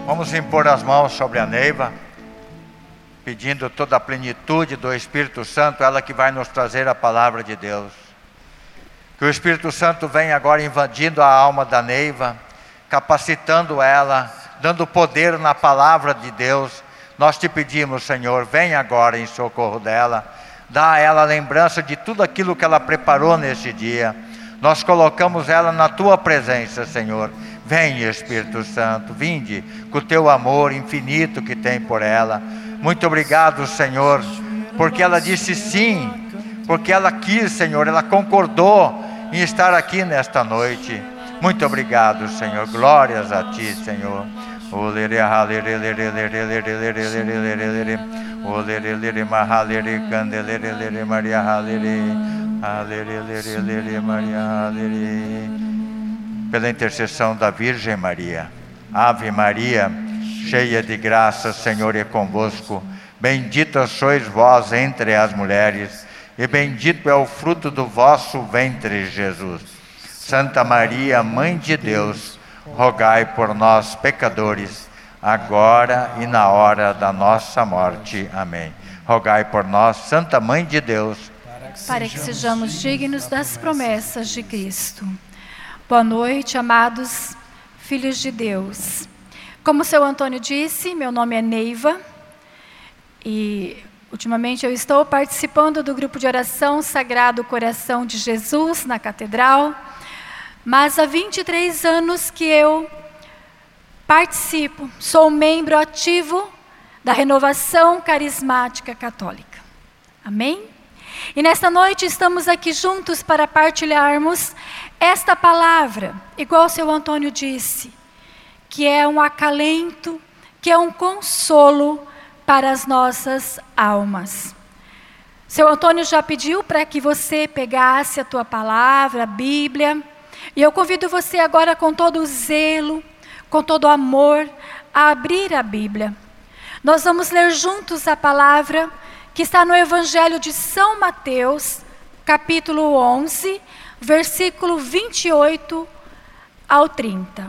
Vamos impor as mãos sobre a Neiva, pedindo toda a plenitude do Espírito Santo, ela que vai nos trazer a palavra de Deus. Que o Espírito Santo venha agora invadindo a alma da Neiva, capacitando ela, dando poder na palavra de Deus. Nós te pedimos, Senhor, venha agora em socorro dela, dá a ela a lembrança de tudo aquilo que ela preparou nesse dia. Nós colocamos ela na tua presença, Senhor. Vem, Espírito Santo, vinde com o teu amor infinito que tem por ela. Muito obrigado, Senhor, porque ela disse sim, porque ela quis, Senhor, ela concordou em estar aqui nesta noite. Muito obrigado, Senhor, glórias a ti, Senhor. Pela intercessão da Virgem Maria. Ave Maria, cheia de graça, Senhor é convosco. Bendita sois vós entre as mulheres, e bendito é o fruto do vosso ventre, Jesus. Santa Maria, Mãe de Deus, rogai por nós, pecadores, agora e na hora da nossa morte. Amém. Rogai por nós, Santa Mãe de Deus, para que sejamos dignos das promessas de Cristo. Boa noite, amados filhos de Deus. Como o seu Antônio disse, meu nome é Neiva e ultimamente eu estou participando do grupo de oração Sagrado Coração de Jesus na Catedral, mas há 23 anos que eu participo, sou membro ativo da Renovação Carismática Católica. Amém? E nesta noite estamos aqui juntos para partilharmos esta palavra, igual o seu Antônio disse, que é um acalento, que é um consolo para as nossas almas. Seu Antônio já pediu para que você pegasse a tua palavra, a Bíblia, e eu convido você agora com todo o zelo, com todo o amor, a abrir a Bíblia. Nós vamos ler juntos a palavra que está no Evangelho de São Mateus, capítulo 11, versículo 28 ao 30.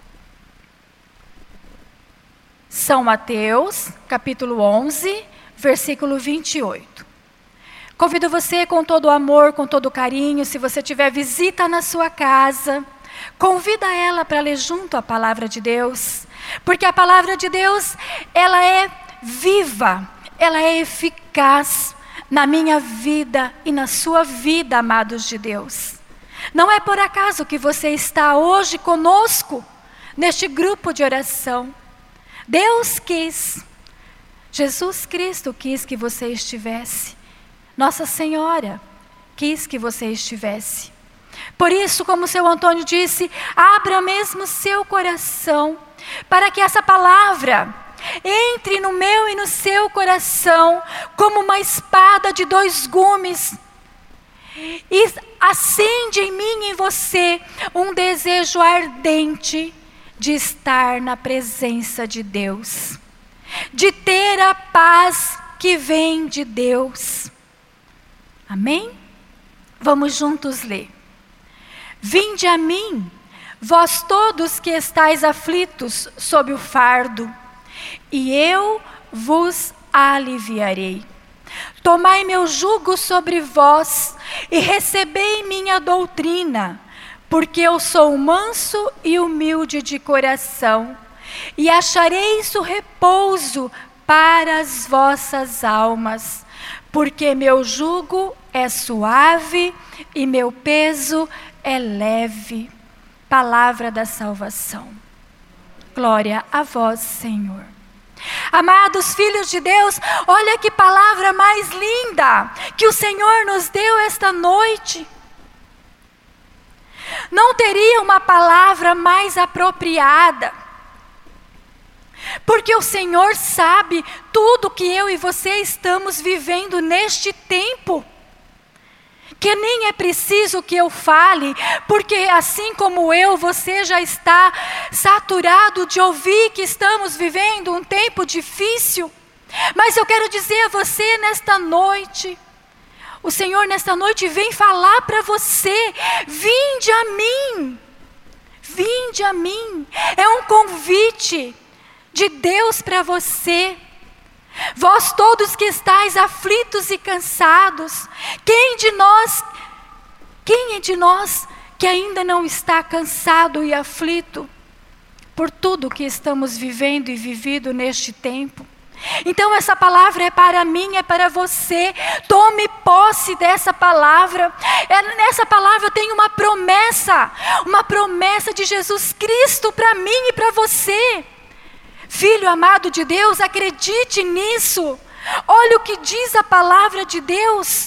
São Mateus, capítulo 11, versículo 28. Convido você com todo o amor, com todo o carinho, se você tiver visita na sua casa, convida ela para ler junto a palavra de Deus, porque a palavra de Deus, ela é viva, ela é eficaz na minha vida e na sua vida, amados de Deus. Não é por acaso que você está hoje conosco, neste grupo de oração. Deus quis, Jesus Cristo quis que você estivesse. Nossa Senhora quis que você estivesse. Por isso, como o seu Antônio disse, abra mesmo seu coração, para que essa palavra entre no meu e no seu coração como uma espada de 2 gumes e acende em mim e em você um desejo ardente de estar na presença de Deus, de ter a paz que vem de Deus. Amém? Vamos juntos ler. Vinde a mim, vós todos que estáis aflitos sob o fardo, e eu vos aliviarei. Tomai meu jugo sobre vós e recebei minha doutrina, porque eu sou manso e humilde de coração, e achareis o repouso para as vossas almas, porque meu jugo é suave e meu peso é leve. Palavra da salvação. Glória a vós, Senhor. Amados filhos de Deus, olha que palavra mais linda que o Senhor nos deu esta noite. Não teria uma palavra mais apropriada, porque o Senhor sabe tudo que eu e você estamos vivendo neste tempo, que nem é preciso que eu fale, porque assim como eu, você já está saturado de ouvir que estamos vivendo um tempo difícil. Mas eu quero dizer a você nesta noite, o Senhor nesta noite vem falar para você: vinde a mim, vinde a mim. É um convite de Deus para você. Vós todos que estáis aflitos e cansados, quem é de nós que ainda não está cansado e aflito por tudo que estamos vivendo e vivido neste tempo? Então essa palavra é para mim, é para você. Tome posse dessa palavra. Nessa palavra tem uma promessa de Jesus Cristo para mim e para você. Filho amado de Deus, acredite nisso. Olha o que diz a palavra de Deus.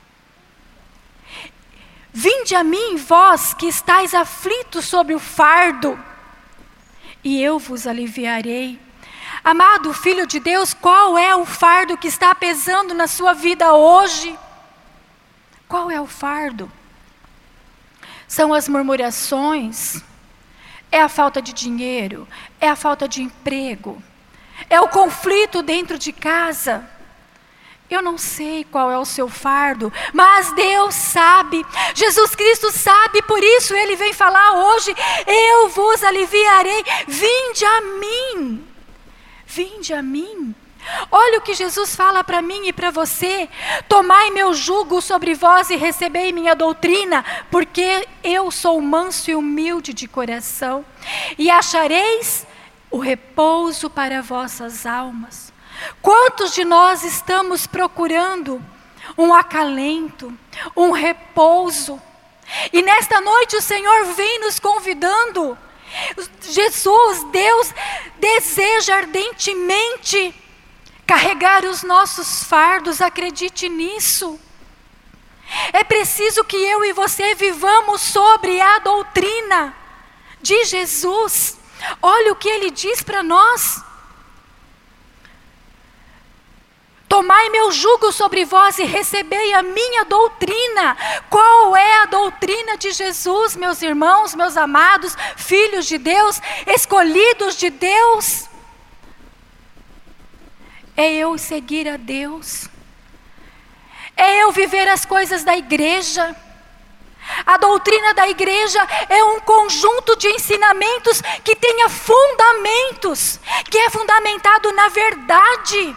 Vinde a mim, vós que estáis aflitos sobre o fardo, e eu vos aliviarei. Amado filho de Deus, qual é o fardo que está pesando na sua vida hoje? Qual é o fardo? São as murmurações? É a falta de dinheiro? É a falta de emprego? É o conflito dentro de casa? Eu não sei qual é o seu fardo, mas Deus sabe, Jesus Cristo sabe, por isso Ele vem falar hoje: eu vos aliviarei, vinde a mim. Vinde a mim. Olha o que Jesus fala para mim e para você: tomai meu jugo sobre vós e recebei minha doutrina, porque eu sou manso e humilde de coração, e achareis o repouso para vossas almas. Quantos de nós estamos procurando um acalento, um repouso? E nesta noite o Senhor vem nos convidando. Jesus, Deus, deseja ardentemente carregar os nossos fardos, acredite nisso. É preciso que eu e você vivamos sobre a doutrina de Jesus. Olha o que Ele diz para nós: tomai meu jugo sobre vós e recebei a minha doutrina. Qual é a doutrina de Jesus, meus irmãos, meus amados, filhos de Deus, escolhidos de Deus? É eu seguir a Deus. É eu viver as coisas da igreja. A doutrina da igreja é um conjunto de ensinamentos que tenha fundamentos, que é fundamentado na verdade.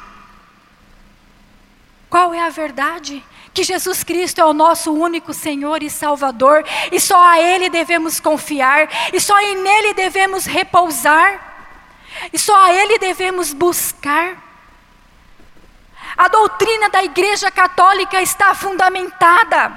Qual é a verdade? Que Jesus Cristo é o nosso único Senhor e Salvador, e só a Ele devemos confiar, e só nele devemos repousar, e só a Ele devemos buscar. A doutrina da Igreja Católica está fundamentada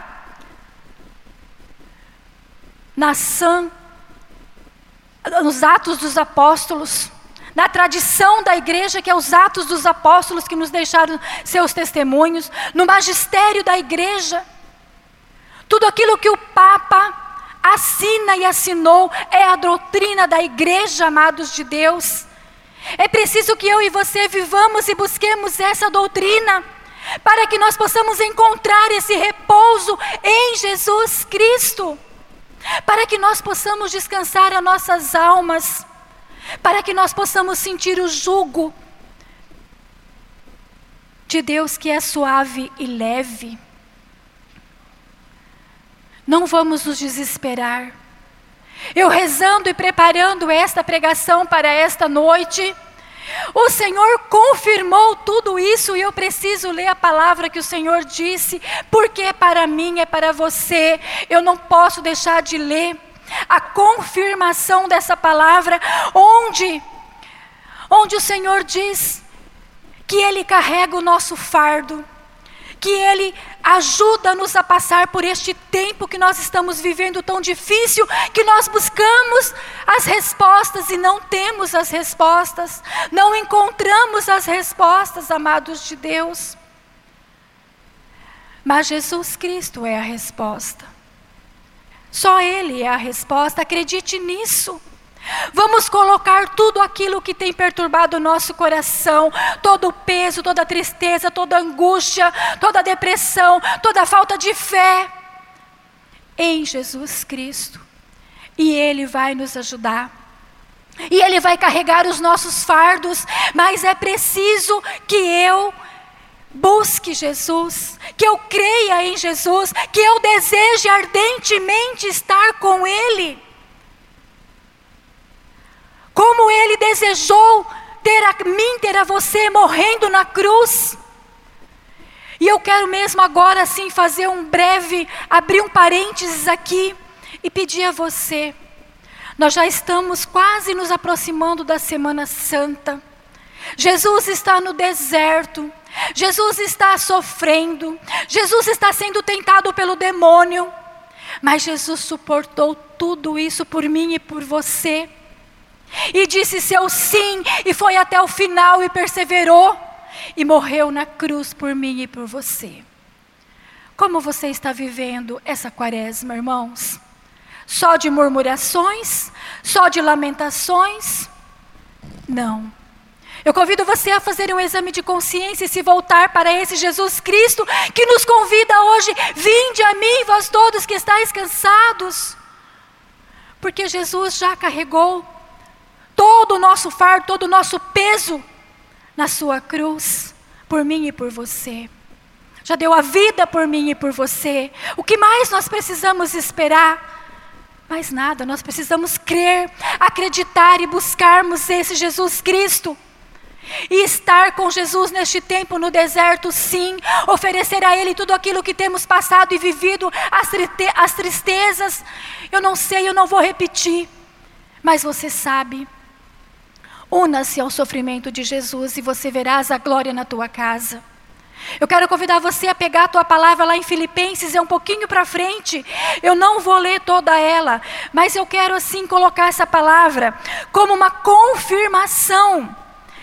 nos Atos dos Apóstolos, na tradição da igreja, que é os Atos dos Apóstolos que nos deixaram seus testemunhos, no magistério da igreja. Tudo aquilo que o Papa assina e assinou é a doutrina da igreja, amados de Deus. É preciso que eu e você vivamos e busquemos essa doutrina, para que nós possamos encontrar esse repouso em Jesus Cristo, para que nós possamos descansar as nossas almas, para que nós possamos sentir o jugo de Deus, que é suave e leve. Não vamos nos desesperar. Eu rezando e preparando esta pregação para esta noite, o Senhor confirmou tudo isso, e eu preciso ler a palavra que o Senhor disse, porque é para mim, é para você. Eu não posso deixar de ler a confirmação dessa palavra, onde o Senhor diz que Ele carrega o nosso fardo, que Ele ajuda-nos a passar por este tempo que nós estamos vivendo tão difícil, que nós buscamos as respostas e não temos as respostas, não encontramos as respostas, amados de Deus. Mas Jesus Cristo é a resposta. Só Ele é a resposta, acredite nisso. Vamos colocar tudo aquilo que tem perturbado o nosso coração, todo o peso, toda a tristeza, toda a angústia, toda a depressão, toda a falta de fé, em Jesus Cristo. E Ele vai nos ajudar. E Ele vai carregar os nossos fardos, mas é preciso que eu busque Jesus, que eu creia em Jesus, que eu deseje ardentemente estar com Ele. Como Ele desejou ter a mim, ter a você morrendo na cruz. E eu quero mesmo agora sim fazer abrir um parênteses aqui e pedir a você. Nós já estamos quase nos aproximando da Semana Santa. Jesus está no deserto. Jesus está sofrendo. Jesus está sendo tentado pelo demônio. Mas Jesus suportou tudo isso por mim e por você. E disse seu sim, e foi até o final e perseverou. E morreu na cruz por mim e por você. Como você está vivendo essa quaresma, irmãos? Só de murmurações? Só de lamentações? Não. Eu convido você a fazer um exame de consciência e se voltar para esse Jesus Cristo que nos convida hoje: vinde a mim, vós todos que estáis cansados. Porque Jesus já carregou todo o nosso fardo, todo o nosso peso na sua cruz, por mim e por você. Já deu a vida por mim e por você. O que mais nós precisamos esperar? Mais nada, nós precisamos crer, acreditar e buscarmos esse Jesus Cristo. E estar com Jesus neste tempo no deserto, sim. Oferecer a Ele tudo aquilo que temos passado e vivido, as tristezas. Eu não sei, eu não vou repetir. Mas você sabe. Una-se ao sofrimento de Jesus e você verás a glória na tua casa. Eu quero convidar você a pegar a tua palavra lá em Filipenses, é um pouquinho para frente. Eu não vou ler toda ela, mas eu quero assim colocar essa palavra como uma confirmação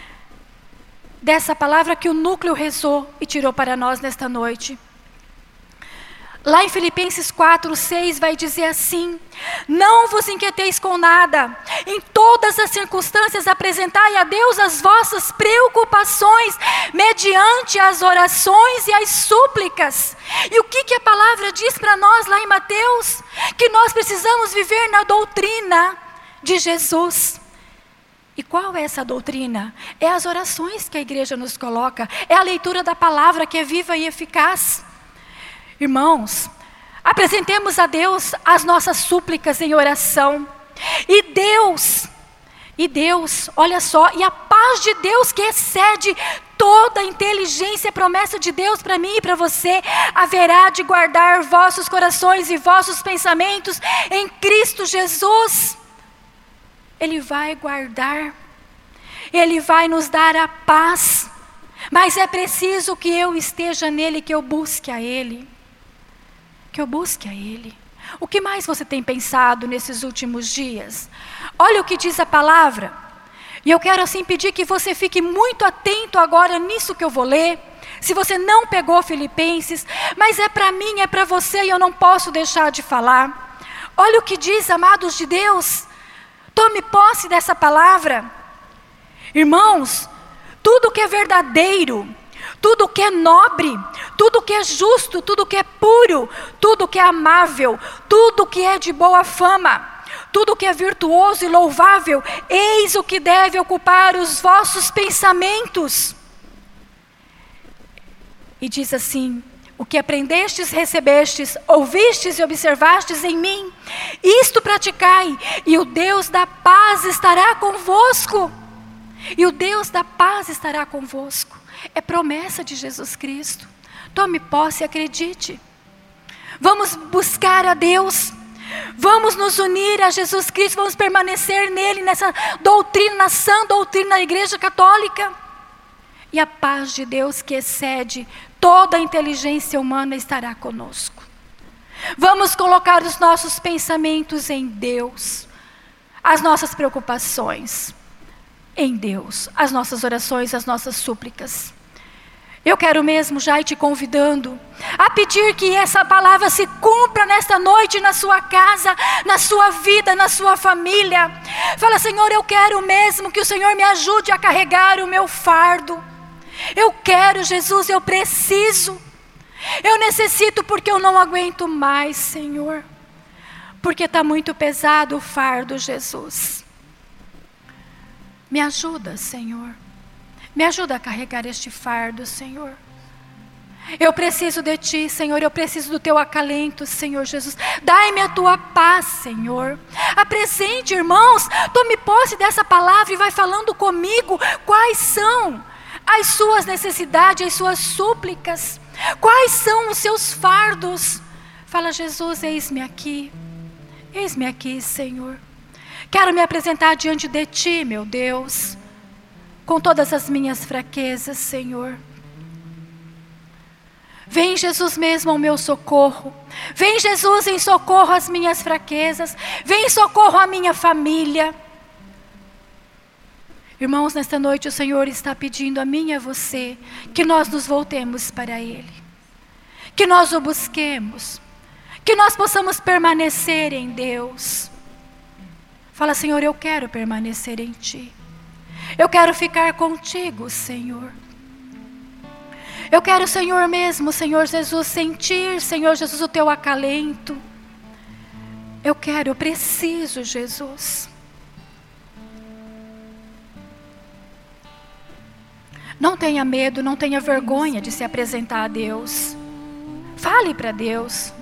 dessa palavra que o núcleo rezou e tirou para nós nesta noite. Lá em Filipenses 4:6 vai dizer assim: não vos inquieteis com nada, em todas as circunstâncias apresentai a Deus as vossas preocupações, mediante as orações e as súplicas. E o que a palavra diz para nós lá em Mateus? Que nós precisamos viver na doutrina de Jesus. E qual é essa doutrina? É as orações que a igreja nos coloca, é a leitura da palavra que é viva e eficaz. Irmãos, apresentemos a Deus as nossas súplicas em oração. E Deus, olha só, e a paz de Deus que excede toda a inteligência, a promessa de Deus para mim e para você, haverá de guardar vossos corações e vossos pensamentos em Cristo Jesus. Ele vai guardar, Ele vai nos dar a paz, mas é preciso que eu esteja nele, que eu busque a Ele. Que eu busque a Ele. O que mais você tem pensado nesses últimos dias? Olha o que diz a palavra. E eu quero assim pedir que você fique muito atento agora nisso que eu vou ler. Se você não pegou Filipenses, mas é para mim, é para você e eu não posso deixar de falar. Olha o que diz, amados de Deus. Tome posse dessa palavra. Irmãos, tudo que é verdadeiro, tudo que é nobre, tudo que é justo, tudo que é puro, tudo que é amável, tudo que é de boa fama, tudo que é virtuoso e louvável, eis o que deve ocupar os vossos pensamentos. E diz assim: o que aprendestes, recebestes, ouvistes e observastes em mim, isto praticai, e o Deus da paz estará convosco. E o Deus da paz estará convosco. É promessa de Jesus Cristo. Tome posse e acredite. Vamos buscar a Deus. Vamos nos unir a Jesus Cristo. Vamos permanecer nele, nessa doutrina, na sã doutrina da Igreja Católica. E a paz de Deus que excede toda a inteligência humana estará conosco. Vamos colocar os nossos pensamentos em Deus. As nossas preocupações em Deus, as nossas orações, as nossas súplicas. Eu quero mesmo já ir te convidando a pedir que essa palavra se cumpra nesta noite na sua casa, na sua vida, na sua família. Fala: Senhor, eu quero mesmo que o Senhor me ajude a carregar o meu fardo. Eu quero, Jesus, eu preciso. Eu necessito porque eu não aguento mais, Senhor. Porque está muito pesado o fardo, Jesus. Me ajuda, Senhor. Me ajuda a carregar este fardo, Senhor. Eu preciso de Ti, Senhor, eu preciso do Teu acalento, Senhor Jesus. Dai-me a Tua paz, Senhor. Apresente, irmãos, tome posse dessa palavra e vai falando comigo quais são as suas necessidades, as suas súplicas. Quais são os seus fardos? Fala, Jesus, eis-me aqui, Senhor. Quero me apresentar diante de Ti, meu Deus, com todas as minhas fraquezas, Senhor. Vem, Jesus, mesmo ao meu socorro. Vem, Jesus, em socorro às minhas fraquezas. Vem em socorro à minha família. Irmãos, nesta noite o Senhor está pedindo a mim e a você que nós nos voltemos para Ele, que nós o busquemos, que nós possamos permanecer em Deus. Fala, Senhor, eu quero permanecer em Ti. Eu quero ficar contigo, Senhor. Eu quero, Senhor mesmo, Senhor Jesus, sentir, Senhor Jesus, o Teu acalento. Eu preciso, Jesus. Não tenha medo, não tenha vergonha de se apresentar a Deus. Fale para Deus.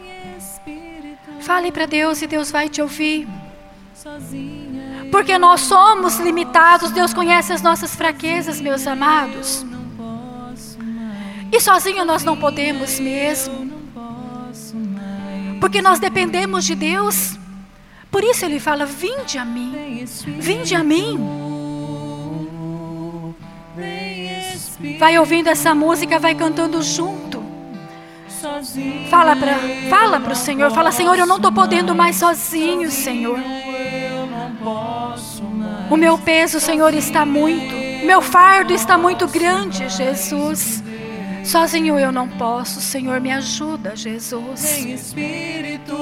Fale para Deus e Deus vai te ouvir. Porque nós somos limitados, Deus conhece as nossas fraquezas, meus amados. E sozinho nós não podemos mesmo. Porque nós dependemos de Deus. Por isso Ele fala, vinde a mim. Vinde a mim. Vai ouvindo essa música, vai cantando junto. Fala para o Senhor. Fala, Senhor, eu não estou podendo mais sozinho, Senhor. O meu peso, Senhor, está muito. Meu fardo está muito grande, Jesus. Sozinho eu não posso, Senhor, me ajuda, Jesus. Vem Espírito,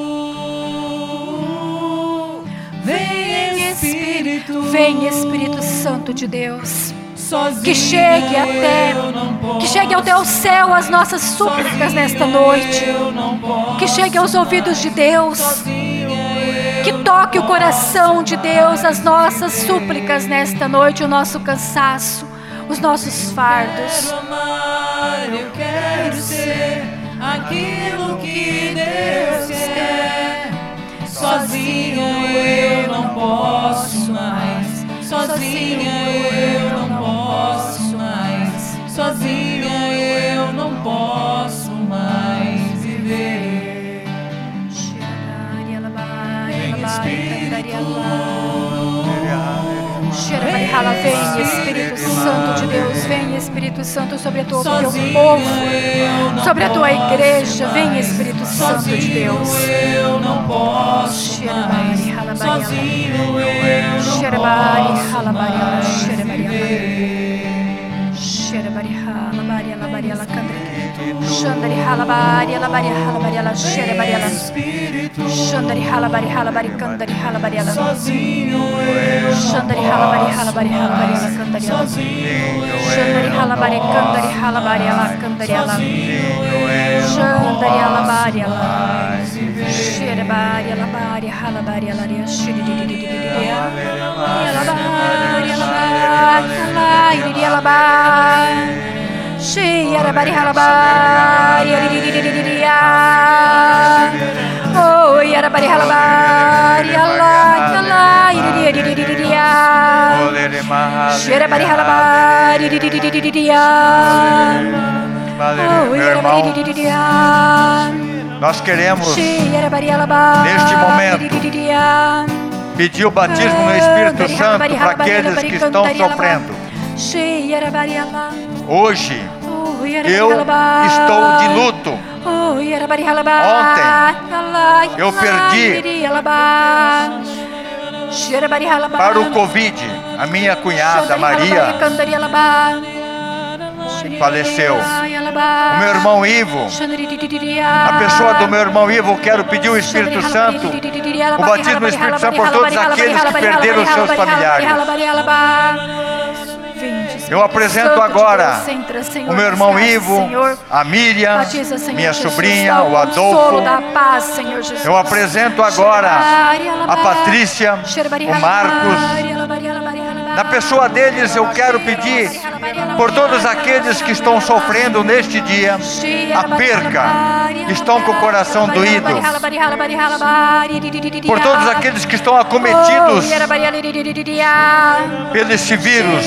vem Espírito, vem Espírito Santo de Deus. Sozinho que chegue até o céu as nossas súplicas nesta noite. Que chegue aos ouvidos de Deus. Que toque o coração de Deus as nossas súplicas nesta noite, o nosso cansaço, os nossos fardos. Eu quero ser aquilo que Deus quer. Sozinho eu não posso mais. Sozinha eu não posso mais. Sozinha eu não posso mais viver. Vem Espírito Santo de Deus, vem Espírito Santo sobre o teu povo, sobre a tua igreja, vem Espírito Santo de Deus. Eu não posso mais. Sozinho eu não posso mais viver. Shandari halabari halabari halabari ala shere ala Shandari halabari halabari kandari halabari ala Shandari halabari halabari halabari ala kandari ala Shandari halabari kandari halabari ala kandari ala Shandari halabari ala shere bari halabari halabari ala shere di halabari halabari halabari Shiyarabari halabari yarididididia. Oh yarabari halabari Allah yarididididia. Shiyarabari halabari yarididididia. Oh yarabari dididia. Nós queremos neste momento pedir o batismo no Espírito Santo para aqueles que estão sofrendo. Hoje eu estou de luto. Ontem eu perdi para o Covid. A minha cunhada Maria faleceu. O meu irmão Ivo, a pessoa do meu irmão Ivo, quero pedir o Espírito Santo, o batismo do Espírito Santo por todos aqueles que perderam os seus familiares. Eu apresento agora o meu irmão Ivo, a Miriam, minha sobrinha, o Adolfo. Eu apresento agora a Patrícia, o Marcos, Na pessoa deles eu quero pedir por todos aqueles que estão sofrendo neste dia a perca, estão com o coração doído, por todos aqueles que estão acometidos pelo este vírus,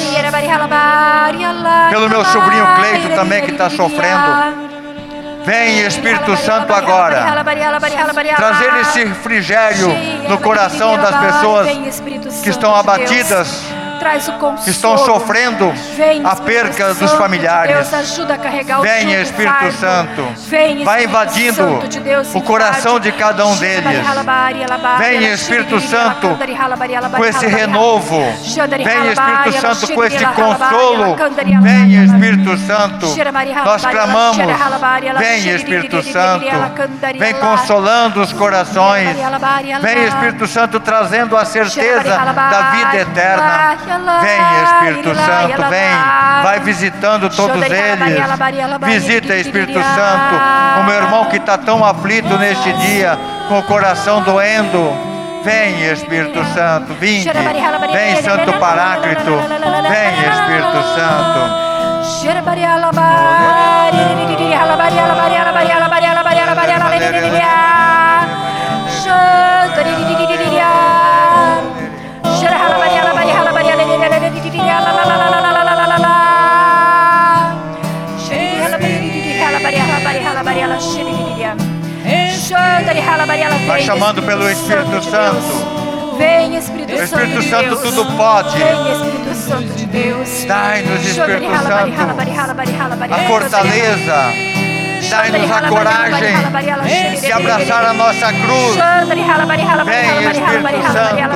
pelo meu sobrinho Cleito também que está sofrendo. Vem, Espírito Santo, agora trazer esse refrigério no coração das pessoas que estão abatidas, que estão sofrendo a perca dos familiares. Vem, Espírito Santo, vai invadindo o coração de cada um deles. Vem, Espírito Santo, com esse renovo. Vem, Espírito Santo, com esse consolo. Vem, Espírito Santo, nós clamamos. Vem, Espírito Santo, vem consolando os corações. Vem, Espírito Santo, trazendo a certeza da vida eterna. Vem, Espírito Santo, vem, vai visitando todos eles. Visita, Espírito Santo, o meu irmão que está tão aflito neste dia, com o coração doendo. Vem, Espírito Santo, vinde. Vem, Santo Paráclito. Vem, Espírito Santo. Vai chamando pelo Espírito Santo. Vem, Espírito Santo de Deus. Espírito Santo, tudo pode. Vem, Espírito Santo de Deus. Dai-nos, Espírito Santo, a fortaleza. Dai-nos a coragem de abraçar a nossa cruz. Vem, Espírito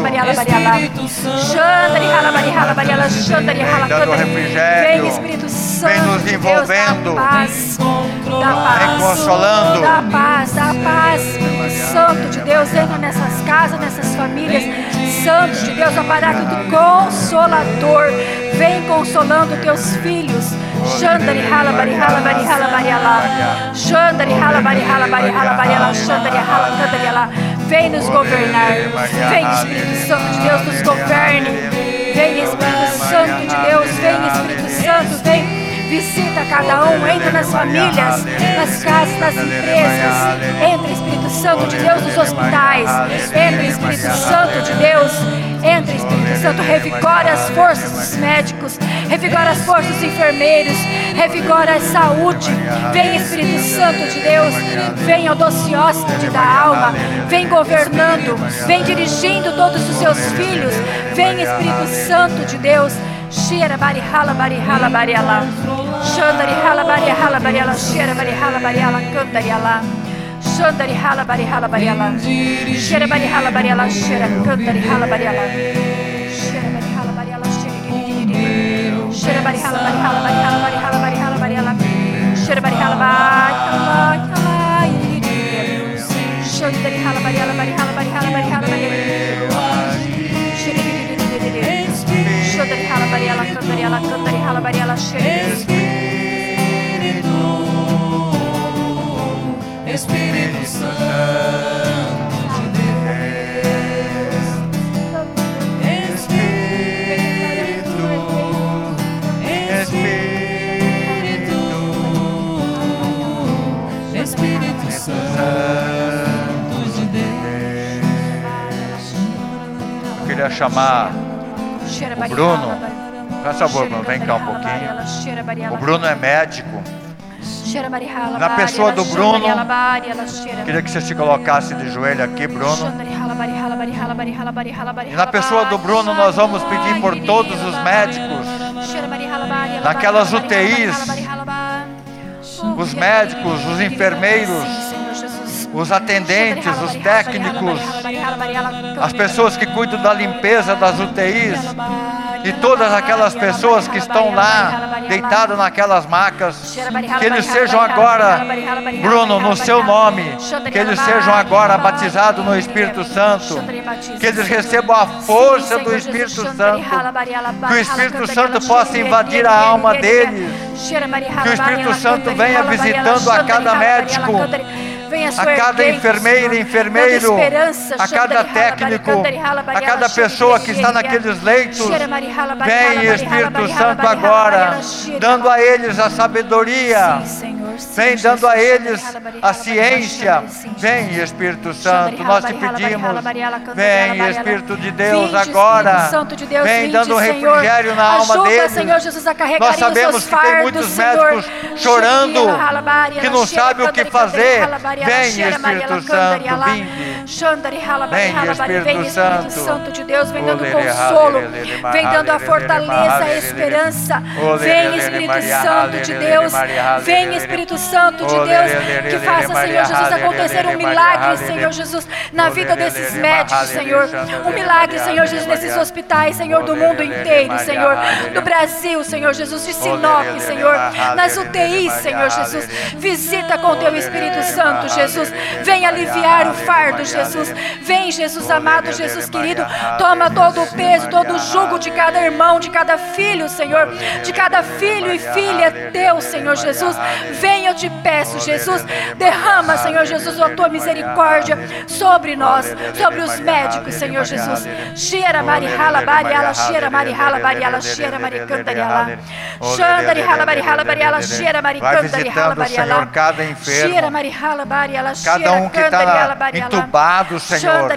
Santo. Vem dando refrigério. Vem, Espírito Santo. Vem nos envolvendo. Vem consolando. Dá paz. Santo de Deus, entra nessas casas, nessas famílias. Santo de Deus, ó Paráclito Consolador, vem consolando teus filhos. Xandari hala bari hala bari hala bari ala. Xandari hala bari hala bari hala bari ala. Xandari hala cantari ala. Vem nos governar. Vem, Espírito Santo de Deus, nos governe. Vem, Espírito Santo de Deus, vem, Espírito Santo, vem. Visita cada um, entra nas famílias, nas casas, nas empresas. Entra, Espírito Santo de Deus, nos hospitais. Entra, Espírito Santo de Deus. Entra, Espírito Santo, revigora as forças dos médicos, revigora as forças dos enfermeiros, revigora a saúde. Vem, Espírito Santo de Deus, vem ao doce hóspede da alma, vem governando, vem dirigindo todos os seus filhos. Vem, Espírito Santo de Deus. Shira bari hala bari hala bari ala. Xandari hala bari ala. Shira bari ala cantari ala. Xandari hala bari ala. Shira bari ala. Shira cantari hala bari ala. Shira bari ala. Shira bari ala. Shira bari ala. Xandari hala bari ala. Xandari hala bari ala. Cantari hala bari ala. Espírito Santo de Deus, Espírito Santo de Deus. Eu queria chamar o Bruno. Faz favor, Bruno, vem cá um pouquinho. O Bruno é médico. Na pessoa do Bruno, queria que você se colocasse de joelho aqui, Bruno. E na pessoa do Bruno nós vamos pedir por todos os médicos, naquelas UTIs, os médicos, os enfermeiros, os atendentes, os técnicos, as pessoas que cuidam da limpeza das UTIs e todas aquelas pessoas que estão lá deitadas naquelas macas, que eles sejam agora, Bruno, no seu nome, que eles sejam agora batizados no Espírito Santo, que eles recebam a força do Espírito Santo, que o Espírito Santo possa invadir a alma deles, que o Espírito Santo venha visitando a cada médico, venha sua a cada erguente, enfermeira, Senhor, enfermeiro, dando esperança, a cada técnico, a cada pessoa que está naqueles leitos. Vem, Espírito Santo, agora, dando a eles a sabedoria. Vem dando a eles a ciência. Vem, Espírito Santo, nós te pedimos. Vem, Espírito de Deus, agora. Vem dando refrigério na alma deles. Nós sabemos que tem muitos médicos chorando, que não sabem o que fazer. Vem, Espírito Santo, vinde. Vem, Espírito Santo de Deus, vem dando consolo, vem dando a fortaleza, a esperança. Vem, Espírito Santo de Deus, vem, Espírito Santo de Deus, que faça, Senhor Jesus, acontecer um milagre, Senhor Jesus, na vida desses médicos, Senhor. Um milagre, Senhor Jesus, nesses hospitais, Senhor, do mundo inteiro, Senhor, do Brasil, Senhor Jesus, de Sinop, Senhor, nas UTIs, Senhor Jesus. Visita com teu Espírito Santo, Jesus. Vem aliviar o fardo, Jesus. Vem, Jesus amado, Jesus querido. Toma todo o peso, todo o jugo de cada irmão, de cada filho, Senhor, de cada filho e filha teu, Senhor Jesus. Vem, eu te peço, Jesus. Derrama, Senhor Jesus, a tua misericórdia sobre nós, sobre os médicos, Senhor Jesus. Shira marihala bariala, shira marihala bariala, shira maricandariala. Shandari hala barihala bariala, shira maricandariala bariala. Cada enfermo, Shira marihala bariala, cada um que está entubado, Senhor.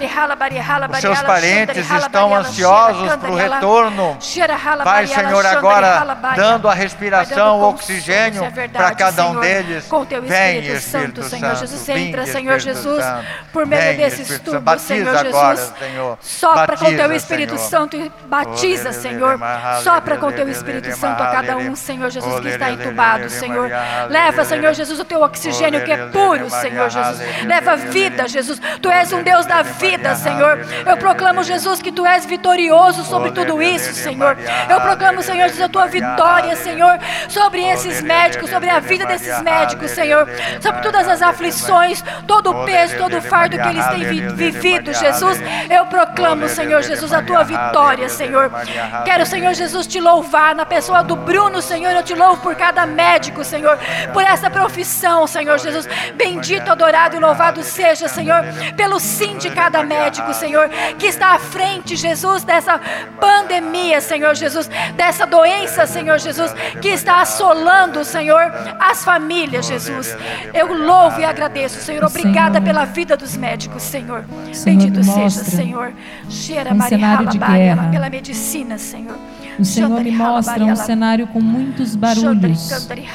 Os seus parentes estão ansiosos para o retorno. Vai, Senhor, agora dando a respiração, o oxigênio para cada um deles. Vem, Espírito Senhor Santo. Jesus, entra, Vinde, Senhor Espírito Jesus, Santo. por meio Vem, desses Espírito Santo. tubos, Senhor Batiza agora, Jesus. Senhor. Sopra com teu Batiza, Espírito Senhor. Santo e batiza, Senhor. Sopra com teu Espírito Santo a cada um, Senhor Jesus, que está entubado, Senhor. Leva, Senhor Jesus, o teu oxigênio que é puro, Senhor Jesus. Leva vida, Jesus. Tu és um Deus da vida, Senhor. Eu proclamo, Jesus, que tu és vitorioso sobre tudo isso, Senhor. Eu proclamo, Senhor Jesus, a tua vitória, Senhor, sobre esses médicos, sobre a vida desses médicos, Senhor, sobre todas as aflições, todo o peso, todo o fardo que eles têm vivido, Jesus. Eu proclamo, Senhor Jesus, a tua vitória, Senhor. Quero, Senhor Jesus, te louvar na pessoa do Bruno, Senhor. Eu te louvo por cada médico, Senhor, por essa profissão, Senhor Jesus. Bendito, adorado e louvado seja, Senhor, pelo sim de cada médico, Senhor, que está à frente, Jesus, dessa pandemia, Senhor Jesus, dessa doença, Senhor Jesus, que está assolando, Senhor, as famílias, Jesus. Eu louvo e agradeço, Senhor. Obrigada pela vida dos médicos, Senhor. Bendito seja, Senhor. Cenário de guerra. Pela medicina, Senhor. O Senhor me mostra um cenário com muitos barulhos.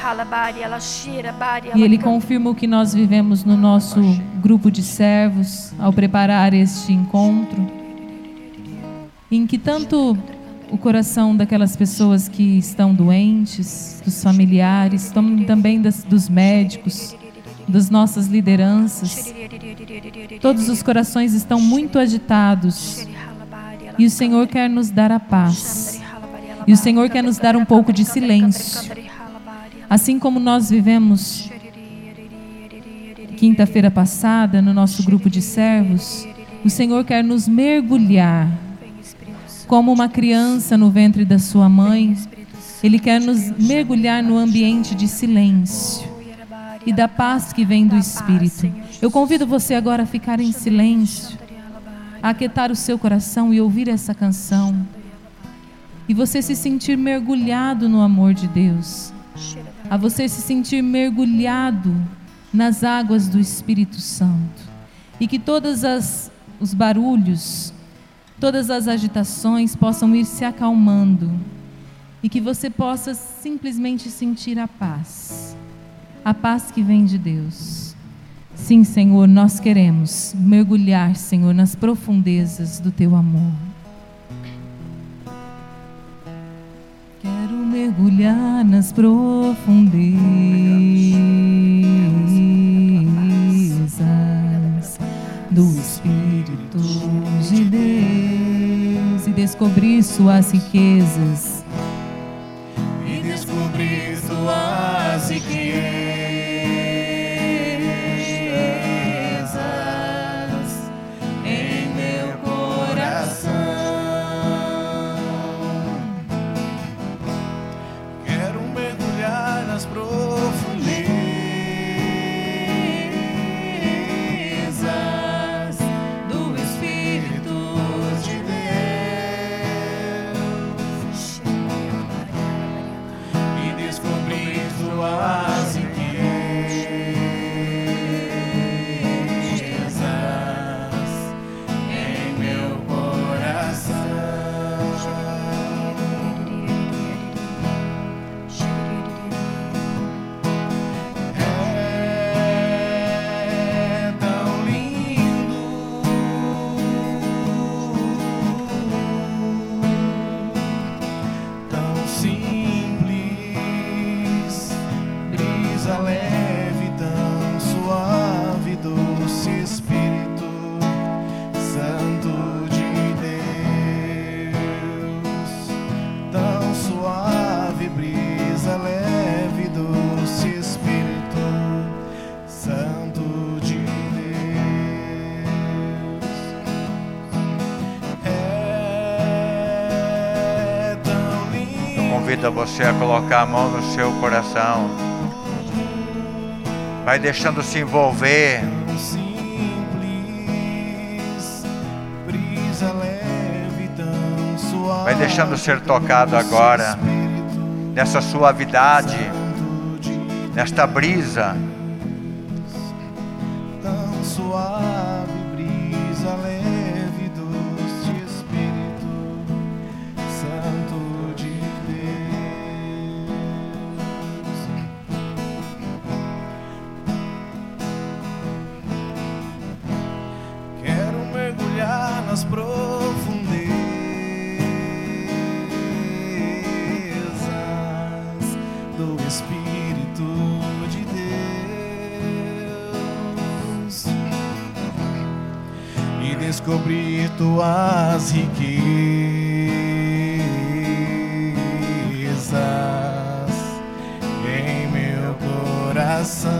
E Ele confirma o que nós vivemos no nosso grupo de servos ao preparar este encontro, em que tanto o coração daquelas pessoas que estão doentes, dos familiares, também dos médicos, das nossas lideranças, todos os corações estão muito agitados. E o Senhor quer nos dar a paz. E o Senhor quer nos dar um pouco de silêncio. Assim como nós vivemos quinta-feira passada no nosso grupo de servos, o Senhor quer nos mergulhar como uma criança no ventre da sua mãe. Ele quer nos mergulhar no ambiente de silêncio e da paz que vem do Espírito. Eu convido você agora a ficar em silêncio, a aquietar o seu coração e ouvir essa canção. E você se sentir mergulhado no amor de Deus. A você se sentir mergulhado nas águas do Espírito Santo. E que todos os barulhos, todas as agitações possam ir se acalmando. E que você possa simplesmente sentir a paz. A paz que vem de Deus. Sim, Senhor, nós queremos mergulhar, Senhor, nas profundezas do Teu amor. Quero mergulhar nas profundezas do Espírito de Deus e descobrir suas riquezas. E descobrir suas riquezas em meu coração. Quero mergulhar nas profundezas convido a você a colocar a mão no seu coração. Vai deixando se envolver. Vai deixando ser tocado agora nessa suavidade, nesta brisa. Tão suave, brisa leve, doce Espírito Santo de Deus. Quero mergulhar nas profundezas do Espírito de Deus e descobrir tuas riquezas em meu coração.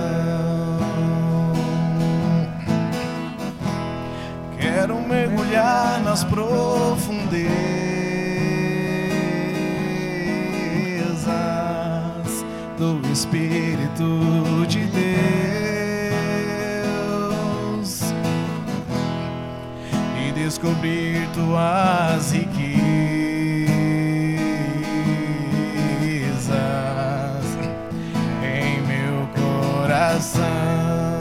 Quero mergulhar nas profundezas do Espírito de Deus e descobrir tuas riquezas em meu coração.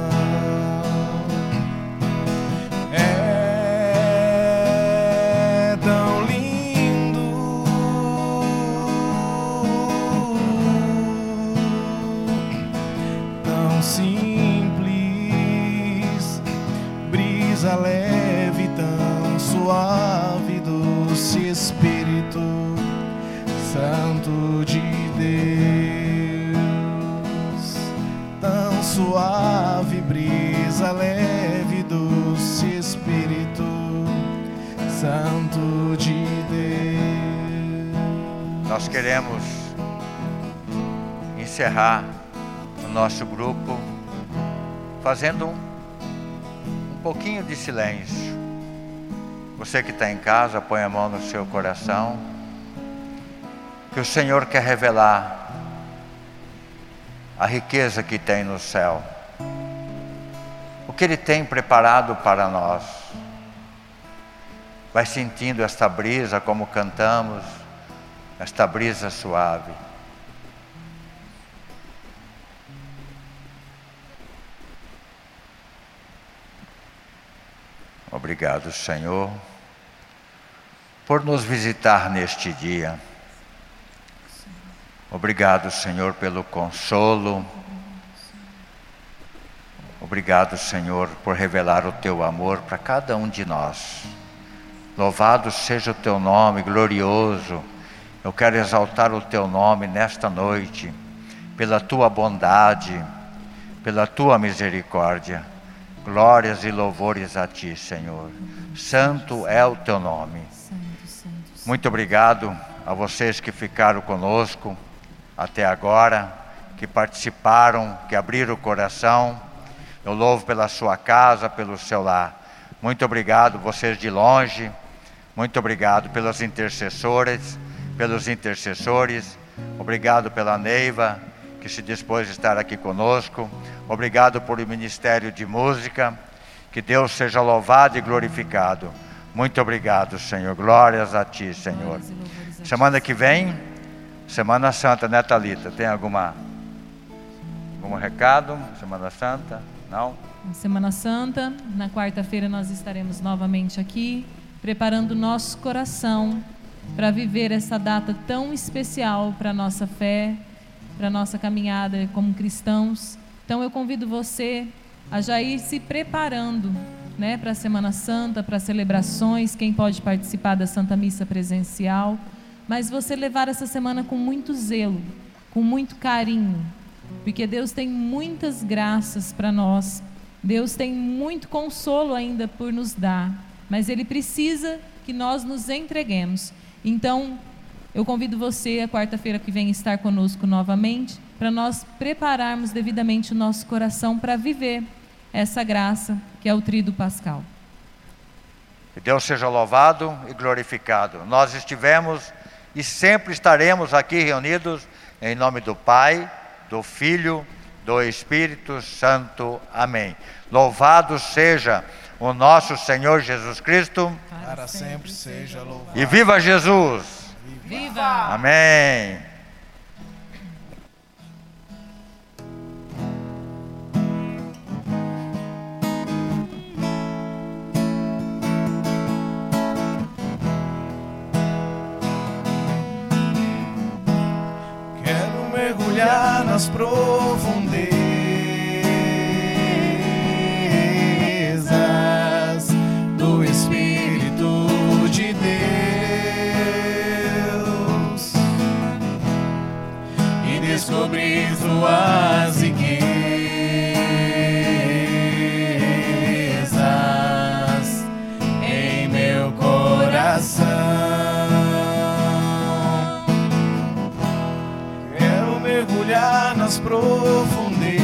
É tão lindo simples, brisa leve, tão suave, doce Espírito Santo de Deus. Tão suave, brisa leve, doce Espírito Santo de Deus. Nós queremos encerrar o nosso grupo fazendo um pouquinho de silêncio. Você que está em casa, põe a mão no seu coração, que o Senhor quer revelar a riqueza que tem no céu, o que Ele tem preparado para nós. Vai sentindo esta brisa, como cantamos, esta brisa suave. Obrigado, Senhor, por nos visitar neste dia. Obrigado, Senhor, pelo consolo. Obrigado, Senhor, por revelar o Teu amor para cada um de nós. Louvado seja o Teu nome, glorioso. Eu quero exaltar o Teu nome nesta noite, pela Tua bondade, pela Tua misericórdia. Glórias e louvores a Ti, Senhor. Santo é o Teu nome. Muito obrigado a vocês que ficaram conosco até agora, que participaram, que abriram o coração. Eu louvo pela sua casa, pelo seu lar. Muito obrigado, vocês de longe. Muito obrigado pelas intercessoras, pelos intercessores. Obrigado pela Neiva, que se dispôs a estar aqui conosco. Obrigado por o Ministério de Música. Que Deus seja louvado e glorificado. Muito obrigado, Senhor. Glórias a Ti, Senhor. Semana que vem, Semana Santa, né, Thalita? Tem algum recado? Semana Santa? Não? Semana Santa, na quarta-feira nós estaremos novamente aqui, preparando o nosso coração para viver essa data tão especial para a nossa fé, para a nossa caminhada como cristãos. Então eu convido você a já ir se preparando, né, para a Semana Santa, para celebrações, quem pode participar da Santa Missa presencial, mas você levar essa semana com muito zelo, com muito carinho, porque Deus tem muitas graças para nós, Deus tem muito consolo ainda por nos dar, mas Ele precisa que nós nos entreguemos. Então, eu convido você a quarta-feira que vem estar conosco novamente, para nós prepararmos devidamente o nosso coração para viver essa graça que é o Tríduo Pascal. Que Deus seja louvado e glorificado. Nós estivemos e sempre estaremos aqui reunidos em nome do Pai, do Filho, do Espírito Santo. Amém. Louvado seja o nosso Senhor Jesus Cristo. Para sempre seja louvado. E viva Jesus! Viva! Amém. Quero mergulhar nas profundezas do Espírito de Deus e descobrir tuas riquezas em meu coração. Quero mergulhar nas profundezas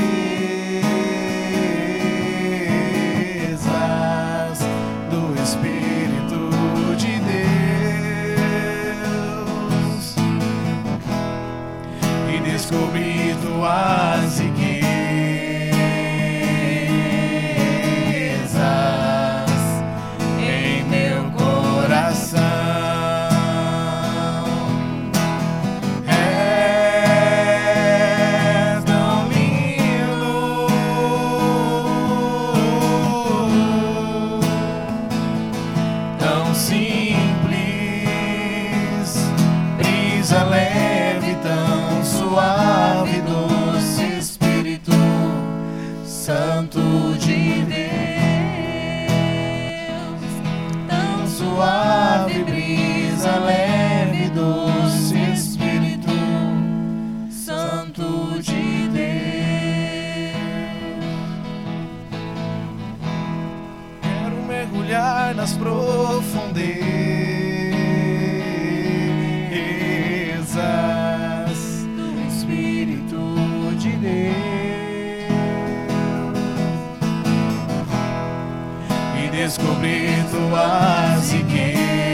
do Espírito de Deus e descobrir tuas riquezas em meu coração. É tão lindo, tão simples, brisa leve, tão suave, doce Espírito Santo de Deus, tão suave, brisa leve, doce Espírito Santo de Deus. Quero mergulhar nas profundezas do Espírito de Deus e descobrir tuas riquezas